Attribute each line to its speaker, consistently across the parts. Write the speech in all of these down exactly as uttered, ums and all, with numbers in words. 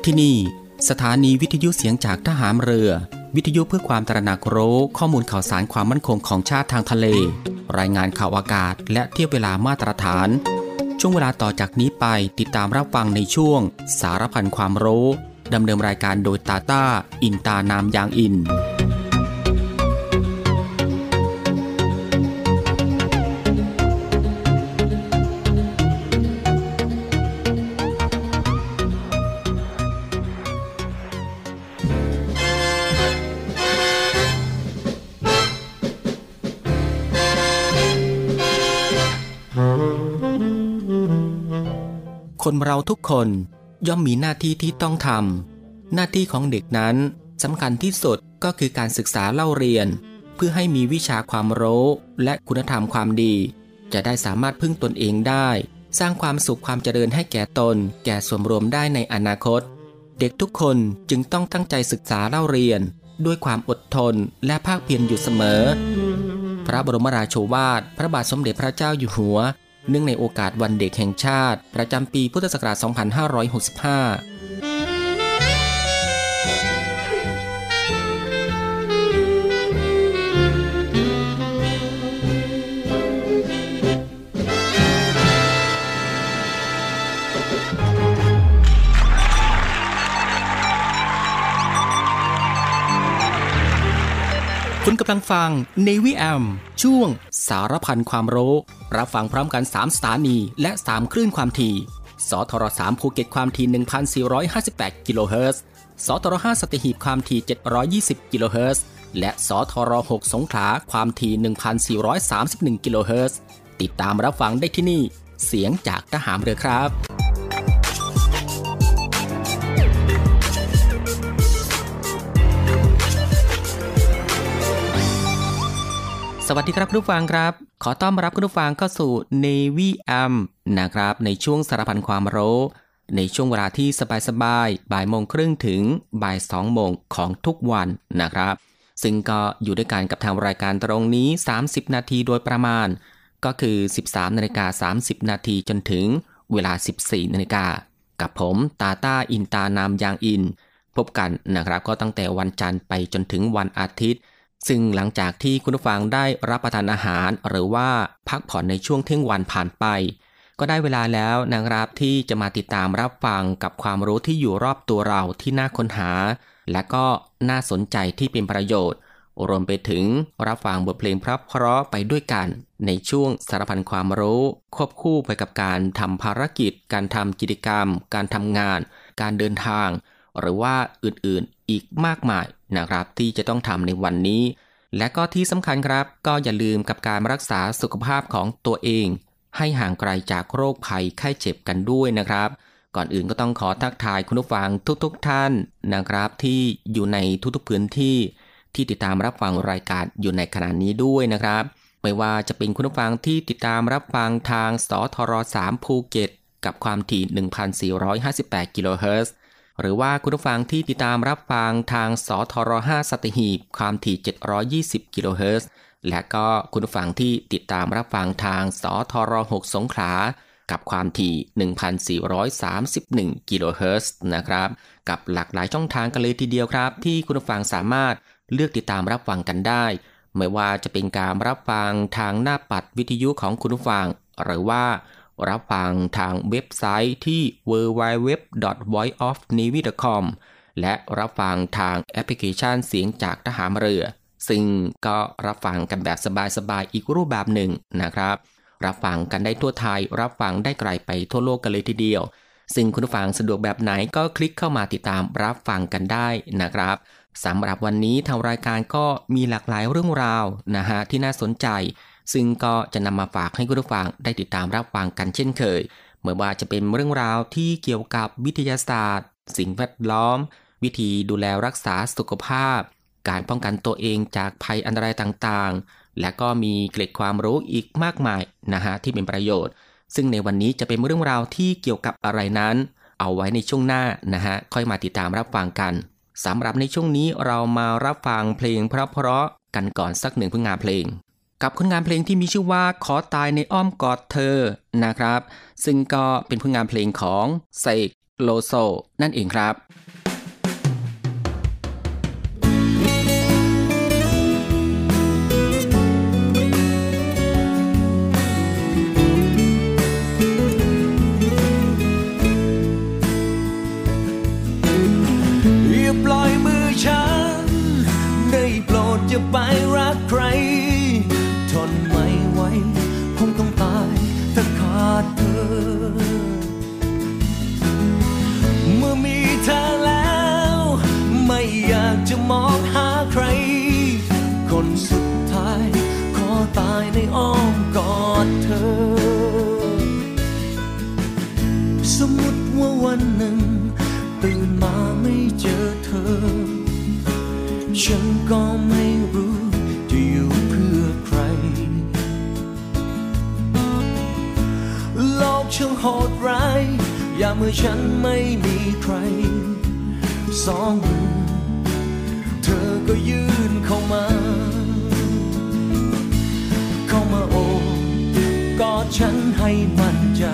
Speaker 1: ที่นี่สถานีวิทยุเสียงจากทหารเรือวิทยุเพื่อความตระหนักรู้ข้อมูลข่าวสารความมั่นคงของชาติทางทะเลรายงานข่าวอากาศและเทียบเวลามาตรฐานช่วงเวลาต่อจากนี้ไปติดตามรับฟังในช่วงสารพันความรู้ดำเนินรายการโดยตาต้าอินตานามยางอินคนเราทุกคนย่อมมีหน้าที่ที่ต้องทำหน้าที่ของเด็กนั้นสำคัญที่สุดก็คือการศึกษาเล่าเรียนเพื่อให้มีวิชาความรู้และคุณธรรมความดีจะได้สามารถพึ่งตนเองได้สร้างความสุขความเจริญให้แก่ตนแก่ส่วนรวมได้ในอนาคตเด็กทุกคนจึงต้องตั้งใจศึกษาเล่าเรียนด้วยความอดทนและภาคเพียรอยู่เสมอพระบรมราโชวาทพระบาทสมเด็จพระเจ้าอยู่หัวเนื่องในโอกาสวันเด็กแห่งชาติประจำปีพุทธศักราช สองพันห้าร้อยหกสิบห้า คุณกำลังฟัง Navy เอ เอ็ม ช่วงสารพันความรู้รับฟังพร้อมกันสามสถานีและสามคลื่นความถี่สทรสามภูเก็ตความถี่ หนึ่งพันสี่ร้อยห้าสิบแปด กิโลเฮิรตซ์สทรห้าสัตหีบความถี่เจ็ดร้อยยี่สิบกิโลเฮิรตซ์และสทรหกสงขลาความถี่ หนึ่งพันสี่ร้อยสามสิบเอ็ด กิโลเฮิรตซ์ติดตามรับฟังได้ที่นี่เสียงจากทหารเรือครับสวัสดีครับคุณผู้ฟังครับขอต้อนรับคุณผู้ฟังเข้าสู่ Navy เอ เอ็ม นะครับในช่วงสารพันความรู้ในช่วงเวลาที่สบายๆบ่ายโมงครึ่งถึงบ่ายสองโมงของทุกวันนะครับซึ่งก็อยู่ด้วยกันกับทางรายการตรงนี้สามสิบนาทีโดยประมาณก็คือ สิบสามนาฬิกาสามสิบนาทีจนถึงเวลา สิบสี่นาฬิกากับผมตาต้าอินตานามยางอินพบกันนะครับก็ตั้งแต่วันจันทร์ไปจนถึงวันอาทิตย์ซึ่งหลังจากที่คุณผู้ฟังได้รับประทานอาหารหรือว่าพักผ่อนในช่วงเที่ยงวันผ่านไปก็ได้เวลาแล้วนะครับที่จะมาติดตามรับฟังกับความรู้ที่อยู่รอบตัวเราที่น่าค้นหาและก็น่าสนใจที่เป็นประโยชน์รวมไปถึงรับฟังบทเพลงเพราะๆไปด้วยกันในช่วงสารพันความรู้ควบคู่ไปกับการทำภารกิจการทำกิจกรรมการทำงานการเดินทางหรือว่าอื่นๆอีกมากมายนะครับที่จะต้องทำในวันนี้และก็ที่สำคัญครับก็อย่าลืมกับการรักษาสุขภาพของตัวเองให้ห่างไกลจากโรคภัยไข้เจ็บกันด้วยนะครับก่อนอื่นก็ต้องขอทักทายคุณผู้ฟังทุกๆท่านนะครับที่อยู่ในทุกๆพื้นที่ที่ติดตามรับฟังรายการอยู่ในขณะนี้ด้วยนะครับไม่ว่าจะเป็นคุณผู้ฟังที่ติดตามรับฟังทางสทรสามภูเก็ตกับความถี่ หนึ่งพันสี่ร้อยห้าสิบแปด กิโลเฮิรตซ์หรือว่าคุณผู้ฟังที่ติดตามรับฟังทางสทรห้าสัตหีบความถี่เจ็ดร้อยยี่สิบกิโลเฮิรตซ์และก็คุณผู้ฟังที่ติดตามรับฟังทางสทรหกสงขลากับความถี่ หนึ่งพันสี่ร้อยสามสิบเอ็ด กิโลเฮิรตซ์นะครับกับหลากหลายช่องทางกันเลยทีเดียวครับที่คุณผู้ฟังสามารถเลือกติดตามรับฟังกันได้ไม่ว่าจะเป็นการรับฟังทางหน้าปัดวิทยุของคุณผู้ฟังหรือว่ารับฟังทางเว็บไซต์ที่ ดับเบิลยู ดับเบิลยู ดับเบิลยู ดอท voice of navy ดอท com และรับฟังทางแอปพลิเคชันเสียงจากทหารเรือซึ่งก็รับฟังกันแบบสบายๆอีกรูปแบบหนึ่งนะครับรับฟังกันได้ทั่วไทยรับฟังได้ไกลไปทั่วโลกกันเลยทีเดียวซึ่งคุณผู้ฟังสะดวกแบบไหนก็คลิกเข้ามาติดตามรับฟังกันได้นะครับสำหรับวันนี้ทางรายการก็มีหลากหลายเรื่องราวนะฮะที่น่าสนใจซึ่งก็จะนำมาฝากให้คุณผู้ฟังได้ติดตามรับฟังกันเช่นเคยไม่ว่าจะเป็นเรื่องราวที่เกี่ยวกับวิทยาศาสตร์สิ่งแวดล้อมวิธีดูแลรักษาสุขภาพการป้องกันตัวเองจากภัยอันตรายต่างๆและก็มีเกร็ดความรู้อีกมากมายนะฮะที่เป็นประโยชน์ซึ่งในวันนี้จะเป็นเรื่องราวที่เกี่ยวกับอะไรนั้นเอาไว้ในช่วงหน้านะฮะค่อยมาติดตามรับฟังกันสำหรับในช่วงนี้เรามารับฟังเพลงเพราะๆกันก่อนสักหนึ่งผลงานเพลงกับผลงานเพลงที่มีชื่อว่าขอตายในอ้อมกอดเธอนะครับซึ่งก็เป็นผลงานเพลงของเสกโลโซนั่นเองครับ
Speaker 2: อย่าปล่อยมือฉันได้โปรดอย่าไปรักใครทนไม่ไหวคงต้องตายถ้าขาดเธอเมื่อมีเธอแล้วไม่อยากจะมองหาใครคนสุดท้ายขอตายในอ้อมกอดเธอสมมุติว่าวันหนึ่งตื่นมาไม่เจอเธอฉันก็ไม่รู้จะอยู่เพื่อใครโลกช่างโหดร้ายยามเมื่อฉันไม่มีใครสองมือเธอก็ยื่นเข้ามาเข้ามาโอบกอดฉันให้มั่นใจ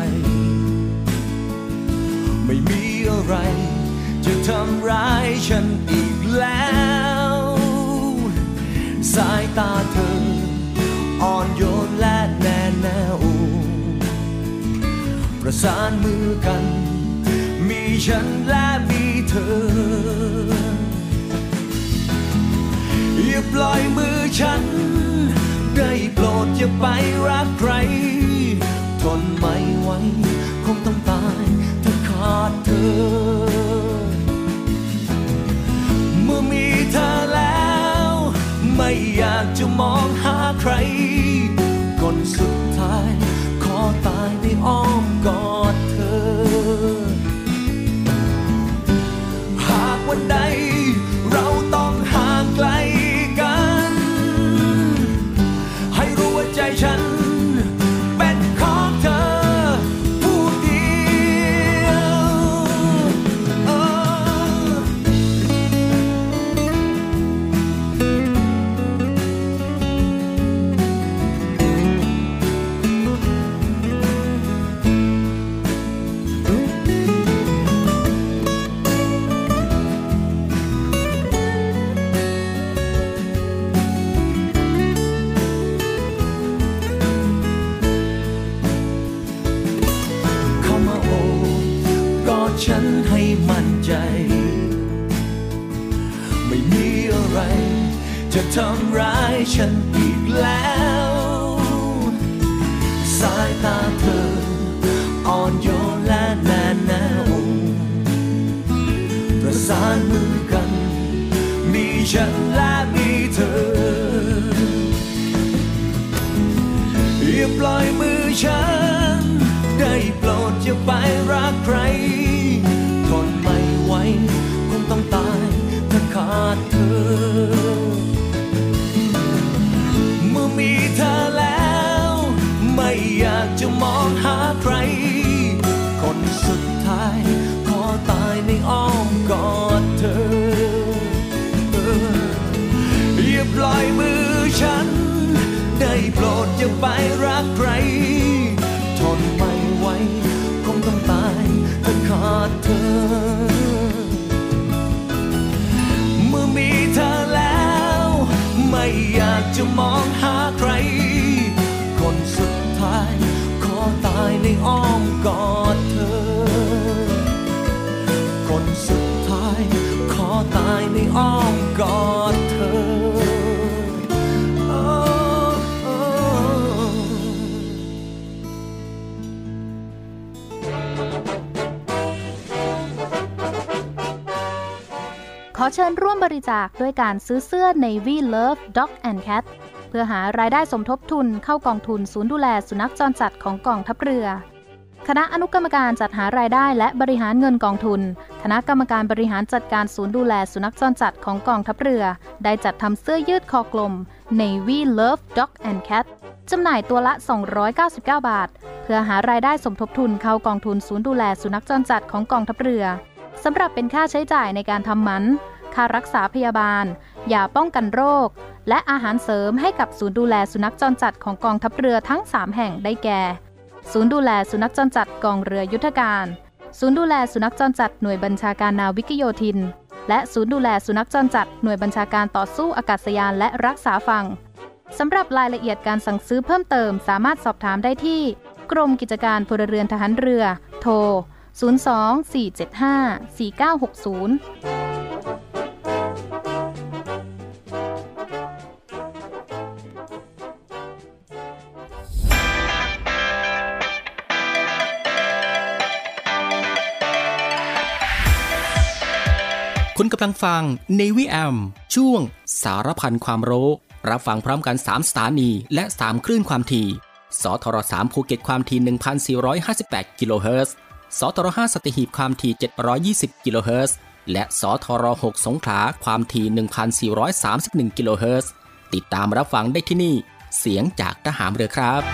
Speaker 2: ไม่มีอะไรจะทำร้ายฉันอีกแล้วสายตาเธออ่อนโยนและแน่แน่วประสานมือกันมีฉันและมีเธออย่าปล่อยมือฉันได้โปรดอย่าไปรักใครทนไม่ไหวคงต้องตายถ้าขาดเธอเมื่อมีเธอแล้วไม่อยากจะมองหาใครคนสุดท้ายขอตายในอ้อมกอดเธอหากวันใดเราต้องห่างไกลกันให้รู้ว่าใจฉันเป็นของเธอผู้เดียวเออฉันให้มั่นใจไม่มีอะไรจะทำร้ายฉันอีกแล้วสายตาเธออ่อนโยนและแน่แน่วประสานมือกันมีฉันและมีเธออย่าปล่อยมือฉันได้โปรดอย่าไปรักใครทนไม่ไหวคงต้องตายถ้าขาดเธอเมื่อมีเธอแล้วไม่อยากจะมองหาใครคนสุดท้ายขอตายในอ้อมกอดเธออย่าปล่อยมือฉันได้โปรดอย่าไปรักใครทนไม่ไหวคงต้องตายถ้าขาดเธอเมื่อมีเธอแล้วไม่อยากจะมองหาใครคนสุดท้ายขอตายในอ้อมกอดเธอคนสุดท้ายขอตายในอ้อมกอดเธอ
Speaker 3: ขอเชิญร่วมบริจาคด้วยการซื้อเสื้อ Navy Love Dog and Cat เพื่อหารายได้สมทบทุนเข้ากองทุนศูนย์ดูแลสุนัขจรจัดของกองทัพเรือคณะอนุกรรมการจัดหารายได้และบริหารเงินกองทุนคณะกรรมการบริหารจัดการศูนย์ดูแลสุนัขจรจัดของกองทัพเรือได้จัดทำเสื้อยืดคอกลม Navy Love Dog and Cat จำหน่ายตัวละสองร้อยเก้าสิบเก้าบาทเพื่อหารายได้สมทบทุนเข้ากองทุนศูนย์ดูแลสุนัขจรจัดของกองทัพเรือสำหรับเป็นค่าใช้จ่ายในการทำหมันค่ารักษาพยาบาลยาป้องกันโรคและอาหารเสริมให้กับศูนย์ดูแลสุนัขจรจัดของกองทัพเรือทั้งสามแห่งได้แก่ศูนย์ดูแลสุนัขจรจัดกองเรือยุทธการศูนย์ดูแลสุนัขจรจัดหน่วยบัญชาการนาวิกโยธินและศูนย์ดูแลสุนัขจรจัดหน่วยบัญชาการต่อสู้อากาศยานและรักษาฝั่งสำหรับรายละเอียดการสั่งซื้อเพิ่มเติมสามารถสอบถามได้ที่กรมกิจการพลเรือนทหารเรือโทรศูนย์ สอง สี่ เจ็ด ห้า สี่ เก้า หก ศูนย์
Speaker 1: คุณกำลังฟัง Navy เอ เอ็ม ช่วงสารพันความรู้รับฟังพร้อมกันสามสถานีและสามคลื่นความถี่สทรสามภูเก็ตความถี่ หนึ่งพันสี่ร้อยห้าสิบแปด กิโลเฮิรตซ์สทรห้าสัตหีบความถี่เจ็ดร้อยยี่สิบกิโลเฮิรตซ์และสทรหกสงขลาความถี่ หนึ่งพันสี่ร้อยสามสิบเอ็ด กิโลเฮิรตซ์ติดตามรับฟังได้ที่นี่เสียงจากทหารเรือครับ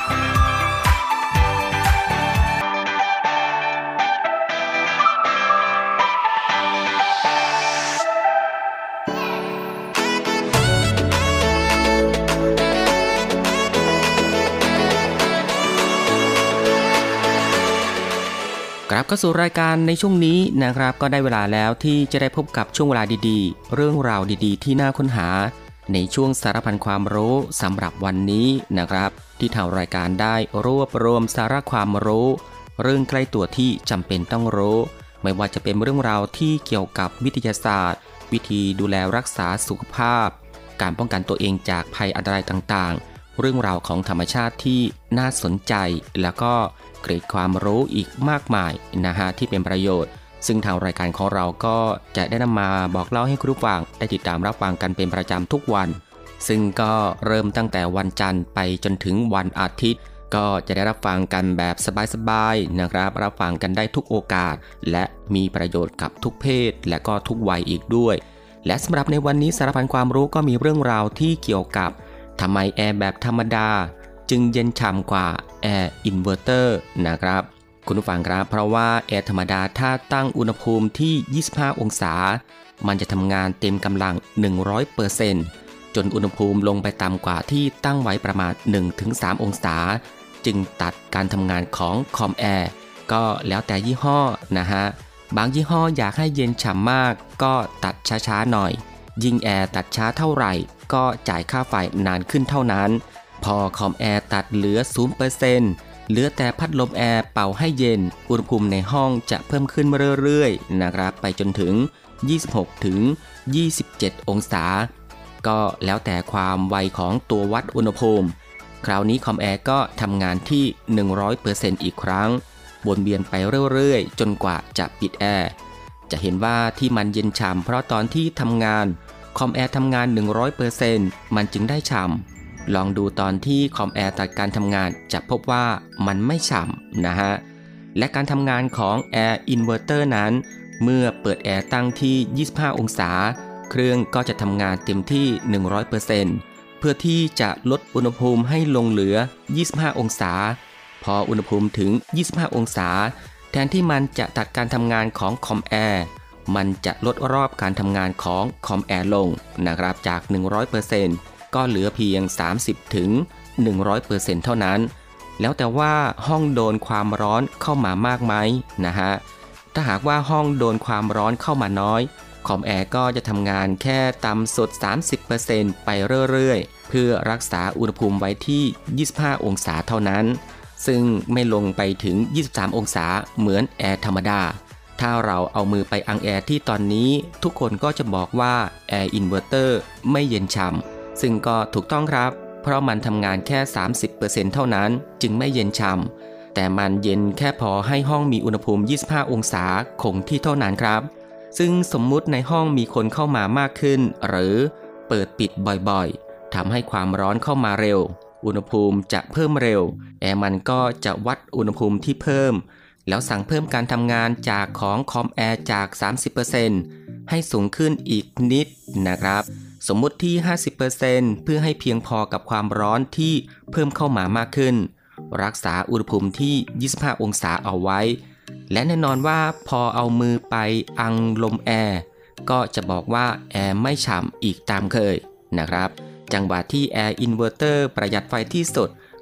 Speaker 1: กลับเข้าสู่รายการในช่วงนี้นะครับก็ได้เวลาแล้วที่จะได้พบกับช่วงเวลาดีๆเรื่องราวดีๆที่น่าค้นหาในช่วงสารพันความรู้สำหรับวันนี้นะครับที่ทางรายการได้รวบรวมสาระความรู้เรื่องใกล้ตัวที่จำเป็นต้องรู้ไม่ว่าจะเป็นเรื่องราวที่เกี่ยวกับวิทยาศาสตร์วิธีดูแลรักษาสุขภาพการป้องกันตัวเองจากภัยอันตรายต่างๆเรื่องราวของธรรมชาติที่น่าสนใจแล้วก็เกร็ดความรู้อีกมากมายนะฮะที่เป็นประโยชน์ซึ่งทางรายการของเราก็จะได้นำมาบอกเล่าให้คุณผู้ฟังได้ติดตามรับฟังกันเป็นประจำทุกวันซึ่งก็เริ่มตั้งแต่วันจันทร์ไปจนถึงวันอาทิตย์ก็จะได้รับฟังกันแบบสบายๆนะครับรับฟังกันได้ทุกโอกาสและมีประโยชน์กับทุกเพศและก็ทุกวัยอีกด้วยและสำหรับในวันนี้สารพันความรู้ก็มีเรื่องราวที่เกี่ยวกับทำไมแอร์แบบธรรมดาจึงเย็นฉ่ำกว่าแอร์อินเวอร์เตอร์นะครับคุณผู้ฟังครับเพราะว่าแอร์ธรรมดาถ้าตั้งอุณหภูมิที่ยี่สิบห้าองศามันจะทำงานเต็มกำลัง หนึ่งร้อยเปอร์เซ็นต์ จนอุณหภูมิลงไปต่ำกว่าที่ตั้งไว้ประมาณ หนึ่งถึงสาม องศาจึงตัดการทำงานของคอมแอร์ก็แล้วแต่ยี่ห้อนะฮะบางยี่ห้ออยากให้เย็นฉ่ำมากก็ตัดช้าๆหน่อยยิ่งแอร์ตัดช้าเท่าไหร่ก็จ่ายค่าไฟนานขึ้นเท่านั้นพอคอมแอร์ตัดเหลือ ศูนย์เปอร์เซ็นต์ เหลือแต่พัดลมแอร์เป่าให้เย็นอุณหภูมิในห้องจะเพิ่มขึ้นเรื่อยๆนะครับไปจนถึงยี่สิบหกถึงยี่สิบเจ็ดองศาก็แล้วแต่ความไวของตัววัดอุณหภูมิคราวนี้คอมแอร์ก็ทำงานที่ หนึ่งร้อยเปอร์เซ็นต์ อีกครั้งวนเวียนไปเรื่อยๆจนกว่าจะปิดแอร์จะเห็นว่าที่มันเย็นฉ่ำเพราะตอนที่ทำงานคอมแอร์ทำงาน หนึ่งร้อยเปอร์เซ็นต์ มันจึงได้ฉ่ำลองดูตอนที่คอมแอร์ตัดการทำงานจะพบว่ามันไม่ฉ่ำนะฮะและการทำงานของแอร์อินเวอร์เตอร์นั้นเมื่อเปิดแอร์ตั้งที่ยี่สิบห้าองศาเครื่องก็จะทำงานเต็มที่ หนึ่งร้อยเปอร์เซ็นต์ เพื่อที่จะลดอุณหภูมิให้ลงเหลือยี่สิบห้าองศาพออุณหภูมิถึงยี่สิบห้าองศาแทนที่มันจะตัดการทำงานของคอมแอร์มันจะลดรอบการทำงานของคอมแอร์ลงนะครับจาก หนึ่งร้อยเปอร์เซ็นต์ก็เหลือเพียง สามสิบถึงหนึ่งร้อยเปอร์เซ็นต์ เท่านั้นแล้วแต่ว่าห้องโดนความร้อนเข้ามามากไหมนะฮะถ้าหากว่าห้องโดนความร้อนเข้ามาน้อยคอมแอร์ก็จะทำงานแค่ต่ำสุด สามสิบเปอร์เซ็นต์ ไปเรื่อยๆเพื่อรักษาอุณหภูมิไว้ที่ยี่สิบห้าองศาเท่านั้นซึ่งไม่ลงไปถึงยี่สิบสามองศาเหมือนแอร์ธรรมดาถ้าเราเอามือไปอังแอร์ที่ตอนนี้ทุกคนก็จะบอกว่าแอร์อินเวอร์เตอร์ไม่เย็นฉ่ำซึ่งก็ถูกต้องครับเพราะมันทำงานแค่ สามสิบเปอร์เซ็นต์ เท่านั้นจึงไม่เย็นฉ่ำแต่มันเย็นแค่พอให้ห้องมีอุณหภูมิยี่สิบห้าองศาคงที่เท่านั้นครับซึ่งสมมุติในห้องมีคนเข้ามามากขึ้นหรือเปิดปิดบ่อยๆทำให้ความร้อนเข้ามาเร็วอุณหภูมิจะเพิ่มเร็วแอร์มันก็จะวัดอุณหภูมิที่เพิ่มแล้วสั่งเพิ่มการทำงานจากของคอมแอร์จาก สามสิบเปอร์เซ็นต์ ให้สูงขึ้นอีกนิดนะครับสมมุติที่ ห้าสิบเปอร์เซ็นต์ เพื่อให้เพียงพอกับความร้อนที่เพิ่มเข้ามามากขึ้นรักษาอุณหภูมิที่ยี่สิบห้าองศาเอาไว้และแน่นอนว่าพอเอามือไปอังลมแอร์ก็จะบอกว่าแอร์ไม่ฉ่ำอีกตามเคยนะครับจังหวะที่แอร์อินเวอร์เตอร์ประหยัดไฟที่สุด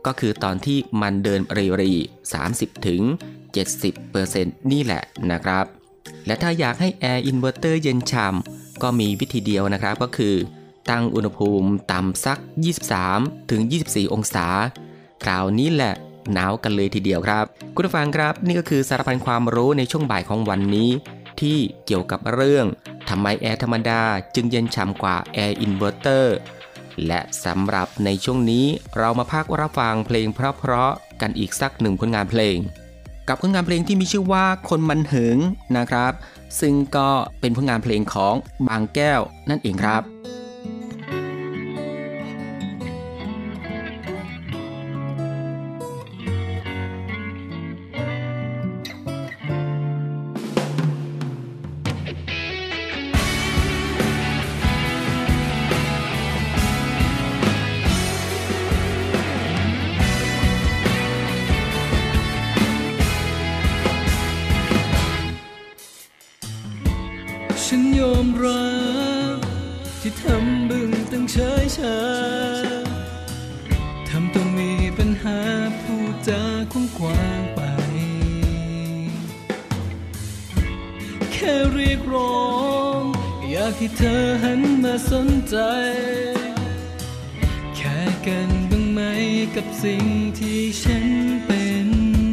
Speaker 1: ก็คือตอนที่มันเดินรีรี สามสิบถึงเจ็ดสิบเปอร์เซ็นต์ นี่แหละนะครับและถ้าอยากให้แอร์อินเวอร์เตอร์เย็นฉ่ำก็มีวิธีเดียวนะครับก็คือตั้งอุณหภูมิต่ำสักยี่สิบสามถึงยี่สิบสี่องศาคราวนี้แหละหนาวกันเลยทีเดียวครับคุณผู้ฟังครับนี่ก็คือสารพันความรู้ในช่วงบ่ายของวันนี้ที่เกี่ยวกับเรื่องทำไมแอร์ธรรมดาจึงเย็นฉ่ำกว่าแอร์อินเวอร์เตอร์และสำหรับในช่วงนี้เรามาพักรับฟังเพลงเพราะๆกันอีกสักหนึ่งผลงานเพลงกับผลงานเพลงที่มีชื่อว่าคนมันหึงนะครับซึ่งก็เป็นผลงานเพลงของบางแก้วนั่นเองครับ
Speaker 2: ฉันยอมรับที่ทำบึ้งตึงเฉยชาทำต้องมีปัญหาพูดจาคุ้งกว้างไปแค่เรียกร้องอยากให้เธอหันมาสนใจแค่กันบ้างไหมกับสิ่งที่ฉันเป็น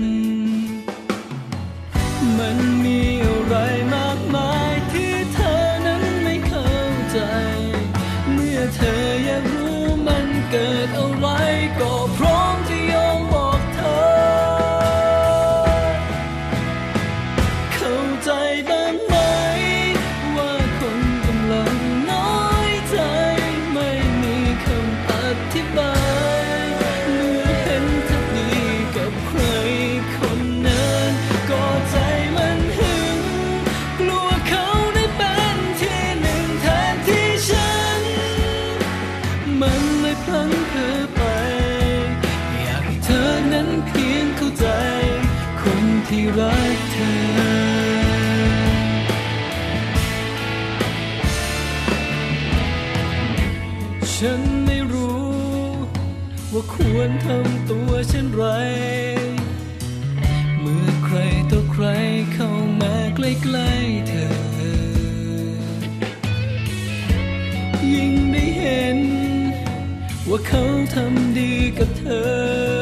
Speaker 2: มันมีอะไรมากมายที่เธอนั้นไม่เข้าใจเมื่อเธออยากรู้มันเกิดอะไรก็พร้อมจะยอมบอกเธอเข้าใจบ้างไหมว่าคนกำลังน้อยใจไม่มีคำอธิบายเมื่อเห็นเธอดีกับใครคนนั้นก็ใจมันหึงกลัวเขาได้เป็นที่หนึ่งแทนที่ฉันมันเลยพลั้งเผลอไปอยากให้เธอนั้นเพียงเข้าใจคนที่รักเธอฉันไม่รู้ว่าควรทำตัวเช่นไรเมื่อใครต่อใครเข้ามาใกล้ๆเธอยิ่งได้เห็นว่าเขาทำดีกับเธอ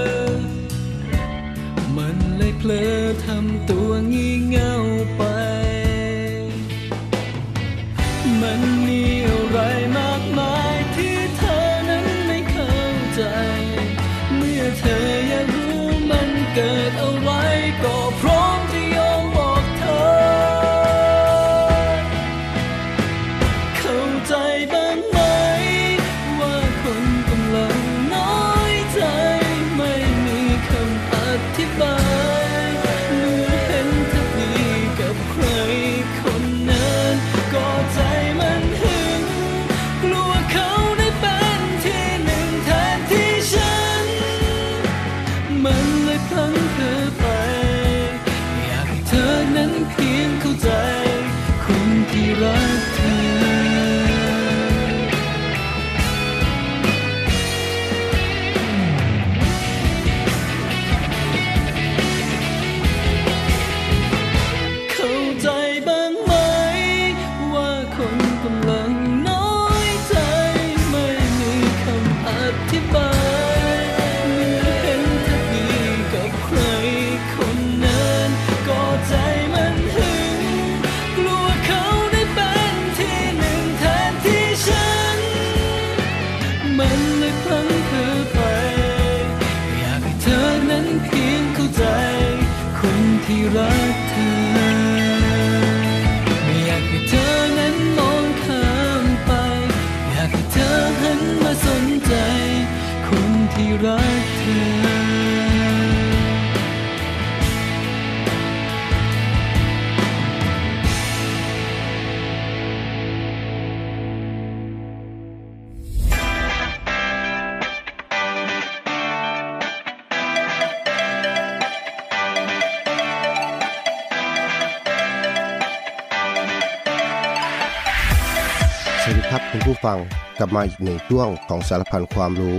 Speaker 2: มันเลยเพลอทำตัวงี่เง่าไปมันมีอะไรมากมายที่เธอนั้นไม่เข้าใจเมื่อเธออยากรู้มันเกิดอะไรก็พร้อมจะยอมบอกเธอเข้าใจบ้างไหมว่าคนกำลังน้อยใจไม่มีคำอธิบายเมื่อเห็นเธอดีกับใครคนนั้นก็ใจมันหึงกลัวเขาได้เป็นที่หนึ่งแทนที่ฉันมันเลยพลั้งเผลอไปอยากให้เธอนั้นเพียงเข้าใจคนที่รักเธอเข้าใจบ้างไหมว่าคนกำลังน้อยใจไม่มีคำอธิบายเมื่อเห็นเธอดีกับใครคนนั้นก็ใจมันหึงกลัวเขาได้เป็นที่หนึ่งแทนที่ฉันมันเลยพลั้งเผลอไปอยากให้เธอนั้นเพียงเข้าใจคนที่รักเธอไม่อยากให้เธอนั้นมองข้ามไปอยากให้เธอหันมาสนใจคนที่รักเธอ
Speaker 4: สวัสดีครับคุณผู้ฟังกลับมาอีกหนึ่งช่วงของสารพันความรู้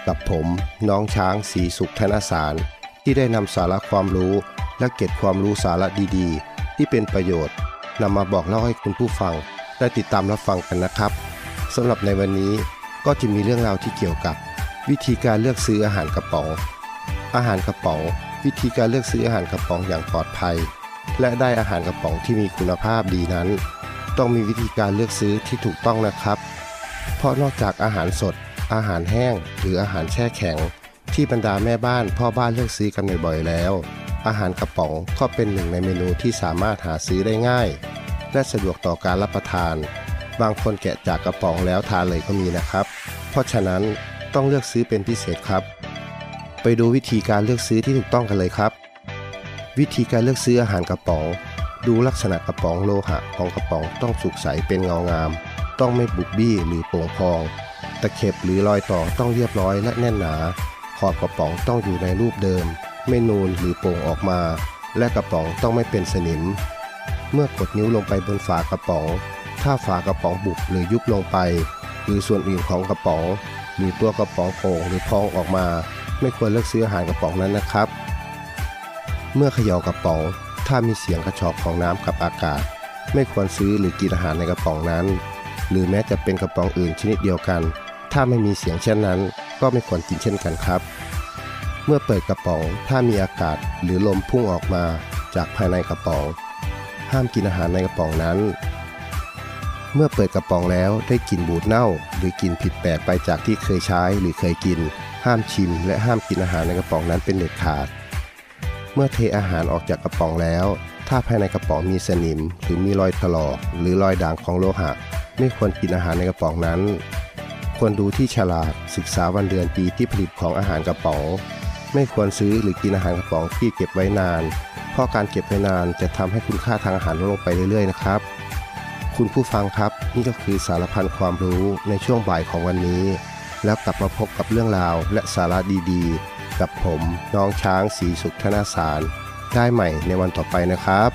Speaker 4: กับผมน้องช้างศรีสุขธนสารที่ได้นำสาระความรู้และเก็บความรู้สาระดีๆที่เป็นประโยชน์นำมาบอกเล่าให้คุณผู้ฟังได้ติดตามรับฟังกันนะครับสำหรับในวันนี้ก็จะมีเรื่องราวที่เกี่ยวกับวิธีการเลือกซื้ออาหารกระป๋องอาหารกระป๋องวิธีการเลือกซื้ออาหารกระป๋องอย่างปลอดภัยและได้อาหารกระป๋องที่มีคุณภาพดีนั้นต้องมีวิธีการเลือกซื้อที่ถูกต้องนะครับเพราะนอกจากอาหารสดอาหารแห้งหรืออาหารแช่แข็งที่บรรดาแม่บ้านพ่อบ้านเลือกซื้อกันบ่อยๆแล้วอาหารกระป๋องก็เป็นหนึ่งในเมนูที่สามารถหาซื้อได้ง่ายและสะดวกต่อการรับประทานบางคนแกะจากกระป๋องแล้วทานเลยก็มีนะครับเพราะฉะนั้นต้องเลือกซื้อเป็นพิเศษครับไปดูวิธีการเลือกซื้อที่ถูกต้องกันเลยครับวิธีการเลือกซื้ออาหารกระป๋องดูลักษณะกระป๋องโลหะของกระป๋องต้องสุกใสเป็นเงางามต้องไม่บุบบี้หรือโป่งพองตะเข็บหรือรอยต่อต้องเรียบร้อยและแน่นหนาขอบกระป๋องต้องอยู่ในรูปเดิมไม่นูนหรือโป่งออกมาและกระป๋องต้องไม่เป็นสนิมเมื่อกดนิ้วลงไปบนฝากระป๋องถ้าฝากระป๋องบุบหรือยุบลงไปหรือส่วนอื่นของกระป๋องหรือตัวกระป๋องโป่งหรือพองออกมาไม่ควรเลือกซื้ออาหารกระป๋องนั้นนะครับเมื่อเขย่ากระป๋องถ้ามีเสียงกระชอกของน้ำกับอากาศไม่ควรซื้อหรือกินอาหารในกระป๋องนั้นหรือแม้จะเป็นกระป๋องอื่นชนิดเดียวกันถ้าไม่มีเสียงเช่นนั้นก็ไม่ควรกินเช่นกันครับเมื่อเปิดกระป๋องถ้ามีอากาศหรือลมพุ่งออกมาจากภายในกระป๋องห้ามกินอาหารในกระป๋องนั้นเมื่อเปิดกระป๋องแล้วได้กลิ่นบูดเน่าหรือกลิ่นผิดแปลกไปจากที่เคยใช้หรือเคยกินห้ามชิมและห้ามกินอาหารในกระป๋องนั้นเป็นเด็ดขาดเมื่อเทอาหารออกจากกระป๋องแล้วถ้าภายในกระป๋องมีสนิมหรือมีรอยถลอกหรือรอยด่างของโลหะไม่ควรกินอาหารในกระป๋องนั้นควรดูที่ฉลากศึกษาวันเดือนปีที่ผลิตของอาหารกระป๋องไม่ควรซื้อหรือกินอาหารกระป๋องที่เก็บไว้นานเพราะการเก็บไว้นานจะทำให้คุณค่าทางอาหารลดลงไปเรื่อยๆนะครับคุณผู้ฟังครับนี่ก็คือสารพันความรู้ในช่วงบ่ายของวันนี้แล้วกลับมาพบกับเรื่องราวและสาระดีๆกับผมน้องช้างศรีสุขธนสารได้ใหม่ในวันต่อไปนะครับ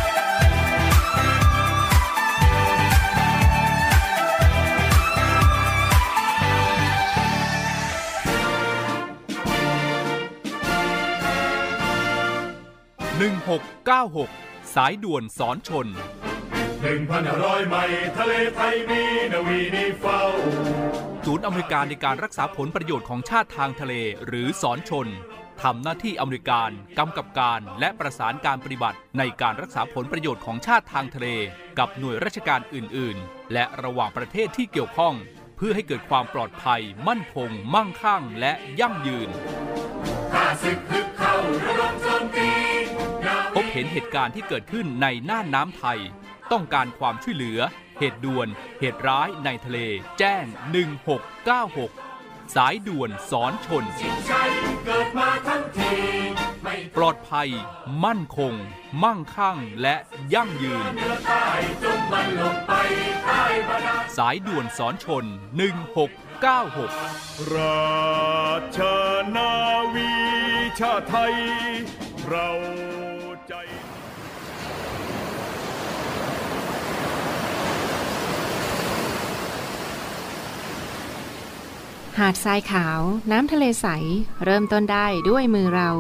Speaker 5: หนึ่งหกเก้าหกสายด่วนสอนชน
Speaker 6: หนึ่งพันห้าร้อย ไมล์ทะเลไทยมีนาวีนิเฝ้า
Speaker 5: ศูนย์อเมริการในการรักษาผลประโยชน์ของชาติทางทะเลหรือสอนชนทำหน้าที่อเมริการกำกับการและประสานการปฏิบัติในการรักษาผลประโยชน์ของชาติทางทะเลกับหน่วยราชการอื่นๆและระหว่างประเทศที่เกี่ยวข้องเพื่อให้เกิดความปลอดภัยมั่นคงมั่งคั่งและยั่งยืน
Speaker 6: ข้าศึกฮึกเข้าระดมโจมตี
Speaker 5: พบเห็นเหตุการณ์ที่เกิดขึ้นในน่านน้ำไทยต้องการความช่วยเหลือเหตุด่วนเหตุร้ายในทะเลแจ้งหนึ่งหกเก้าหกสายด่วนสอนชนปลอดภัยมั่นคงมั่งคั่งและยั่งยืนสายด่วนสอนชนหนึ่งหกเก้าหก
Speaker 6: ราชนาวีชาติไทยเราใจ
Speaker 7: หาดทรายขาวน้ำทะเลใสเริ่มต้นได้ด้วยมือเรา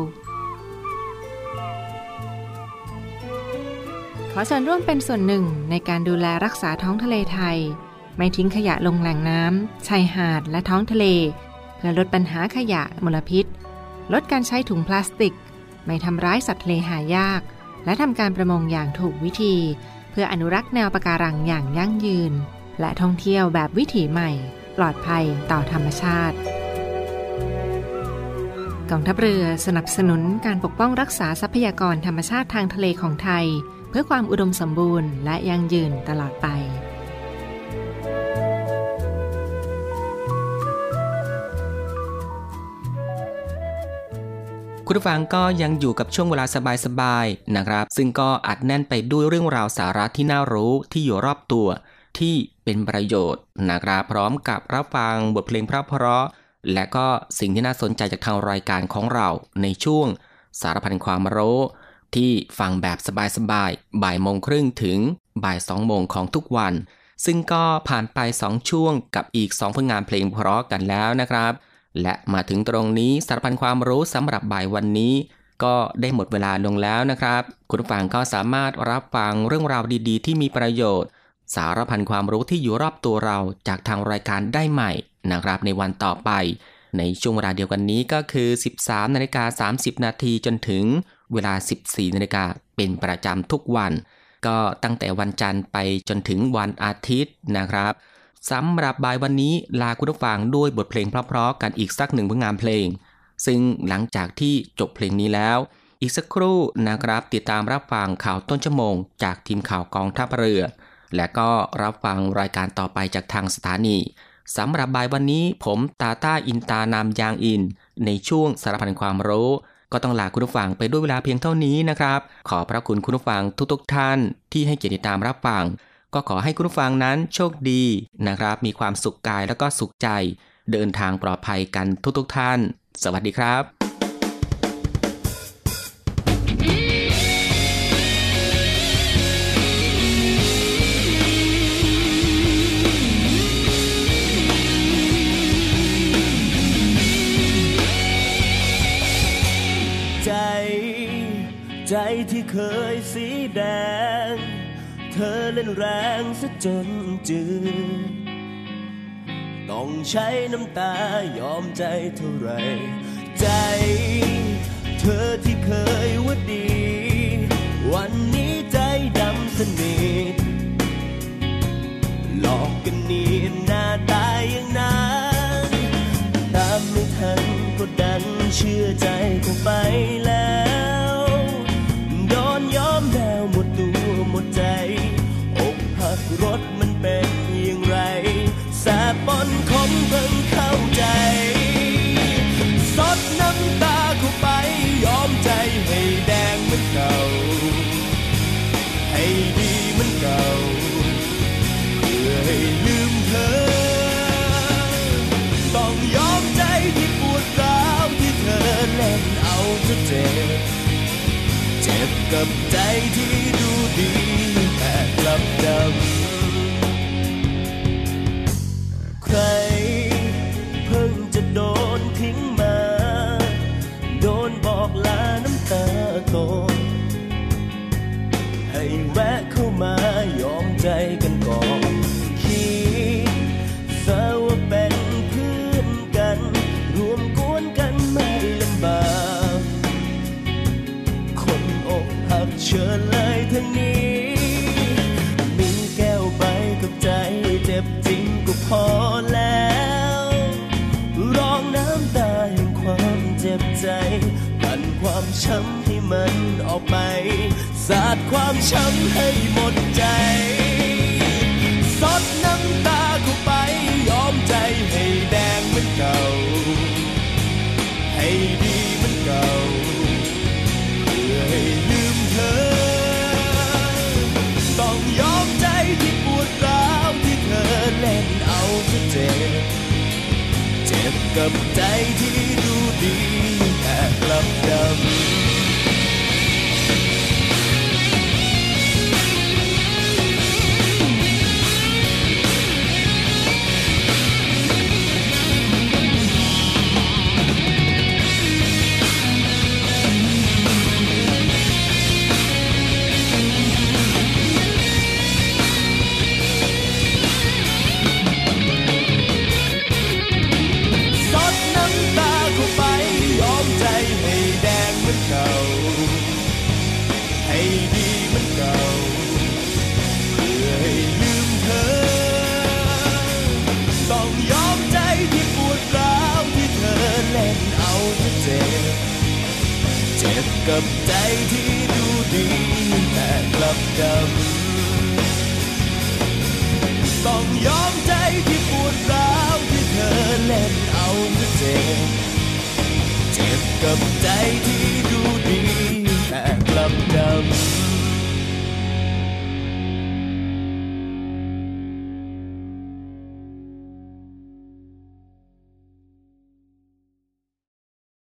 Speaker 7: ขอส่วนร่วมเป็นส่วนหนึ่งในการดูแลรักษาท้องทะเลไทยไม่ทิ้งขยะลงแหล่งน้ำชายหาดและท้องทะเลเพื่อลดปัญหาขยะมลพิษลดการใช้ถุงพลาสติกไม่ทำร้ายสัตว์ทะเลหายากและทำการประมงอย่างถูกวิธีเพื่ออนุรักษ์แนวปะการังอย่างยั่งยืนและท่องเที่ยวแบบวิถีใหม่ปลอดภัยต่อธรรมชาติกองทัพเรือสนับสนุนการปกป้องรักษาทรัพยากรธรรมชาติทางทะเลของไทยเพื่อความอุดมสมบูรณ์และยั่งยืนตลอดไป
Speaker 1: คุณผู้ฟังก็ยังอยู่กับช่วงเวลาสบายๆนะครับซึ่งก็อัดแน่นไปด้วยเรื่องราวสาระที่น่ารู้ที่อยู่รอบตัวที่เป็นประโยชน์นะครับพร้อมกับรับฟังบทเพลงเพราะๆและก็สิ่งที่น่าสนใจจากทางรายการของเราในช่วงสารพันความรู้ที่ฟังแบบสบายๆบ่ายโมงครึ่งถึงบ่ายสองโมงของทุกวันซึ่งก็ผ่านไปสองช่วงกับอีกสองผลงานเพลงเพราะกันแล้วนะครับและมาถึงตรงนี้สารพันความรู้สำหรับบ่ายวันนี้ก็ได้หมดเวลาลงแล้วนะครับคุณผู้ฟังก็สามารถรับฟังเรื่องราวดีๆที่มีประโยชน์สารพันความรู้ที่อยู่รอบตัวเราจากทางรายการได้ใหม่นะครับในวันต่อไปในช่วงเวลาเดียวกันนี้ก็คือ สิบสามนาฬิกาสามสิบนาทีจนถึงเวลา สิบสี่นาฬิกาเป็นประจำทุกวันก็ตั้งแต่วันจันทร์ไปจนถึงวันอาทิตย์นะครับสำหรับบ่ายวันนี้ลาคุณผู้ฟังด้วยบทเพลงเพราะๆกันอีกสักหนึ่งผลงานเพลงซึ่งหลังจากที่จบเพลงนี้แล้วอีกสักครู่นะครับติดตามรับฟังข่าวต้นชั่วโมงจากทีมข่าวกองทัพเรือและก็รับฟังรายการต่อไปจากทางสถานีสำหรับบ่ายวันนี้ผมตาต้าอินตานามยางอินในช่วงสารพันความรู้ก็ต้องลาคุณผู้ฟังไปด้วยเวลาเพียงเท่านี้นะครับขอพระคุณคุณผู้ฟังทุกๆท่านที่ให้เกียรติติดตามรับฟังก็ขอให้คุณผู้ฟังนั้นโชคดีนะครับมีความสุขกายแล้วก็สุขใจเดินทางปลอดภัยกันทุกๆท่านสวัสดีครับ
Speaker 2: ใจใจที่เคยสีแดงเธอเล่นแรงซะจนจืดต้องใช้น้ำตายอมใจเท่าไรใจเธอที่เคยว่าดีวันนี้ใจดำสนิทหลอกกันเนียนหน้าตาอย่างนั้นตามไม่ทันก็ดันเชื่อใจเข้าไปแล้วโดนย้อมแล้วหมดตัวหมดใจอกหักรถมันเป็นอย่างไรแสบปนคมเพิ่งเข้าใจซดน้ำตาเข้าไปยอมใจให้แดงเหมือนเก่าให้ดีเหมือนเก่าเพื่อให้ลืมเธอต้องยอมใจที่ปวดร้าวที่เธอเล่นเอาจนเจ็บเจ็บกับใจที่ดูดีแต่กลับดำใครเพิ่งจะโดนทิ้งมาโดนบอกลาน้ำตาโตให้แวะเข้ามายอมใจกันก่อนคิดซะว่าเป็นเพื่อนกันรวมกวนกันไม่ลำบากคนอกหักเชิญเลยทางนี้มีแก้วใบกับใจเจ็บจริงก็พอแล้วร้องน้ำตาแห่งความเจ็บใจกันความช้ำให้มันออกไปสาดความช้ำให้หมดใจซดน้ำตาเข้าไปยอมใจให้แดงเหมือนเก่าให้ดีเหมือนเก่าเพื่อให้ลืมเธอต้องยอมใจที่ปวดร้าวที่เธอเล่นเอาซะเจ็บเจ็บกับใจที่ดูดีแต่กลับดำกับใจที่ดูดีแต่กลับดำต้องยอมใจที่ปวดร้าวที่เธอเล่นเอาซะเจ็บเจ็บกับใจที่ดู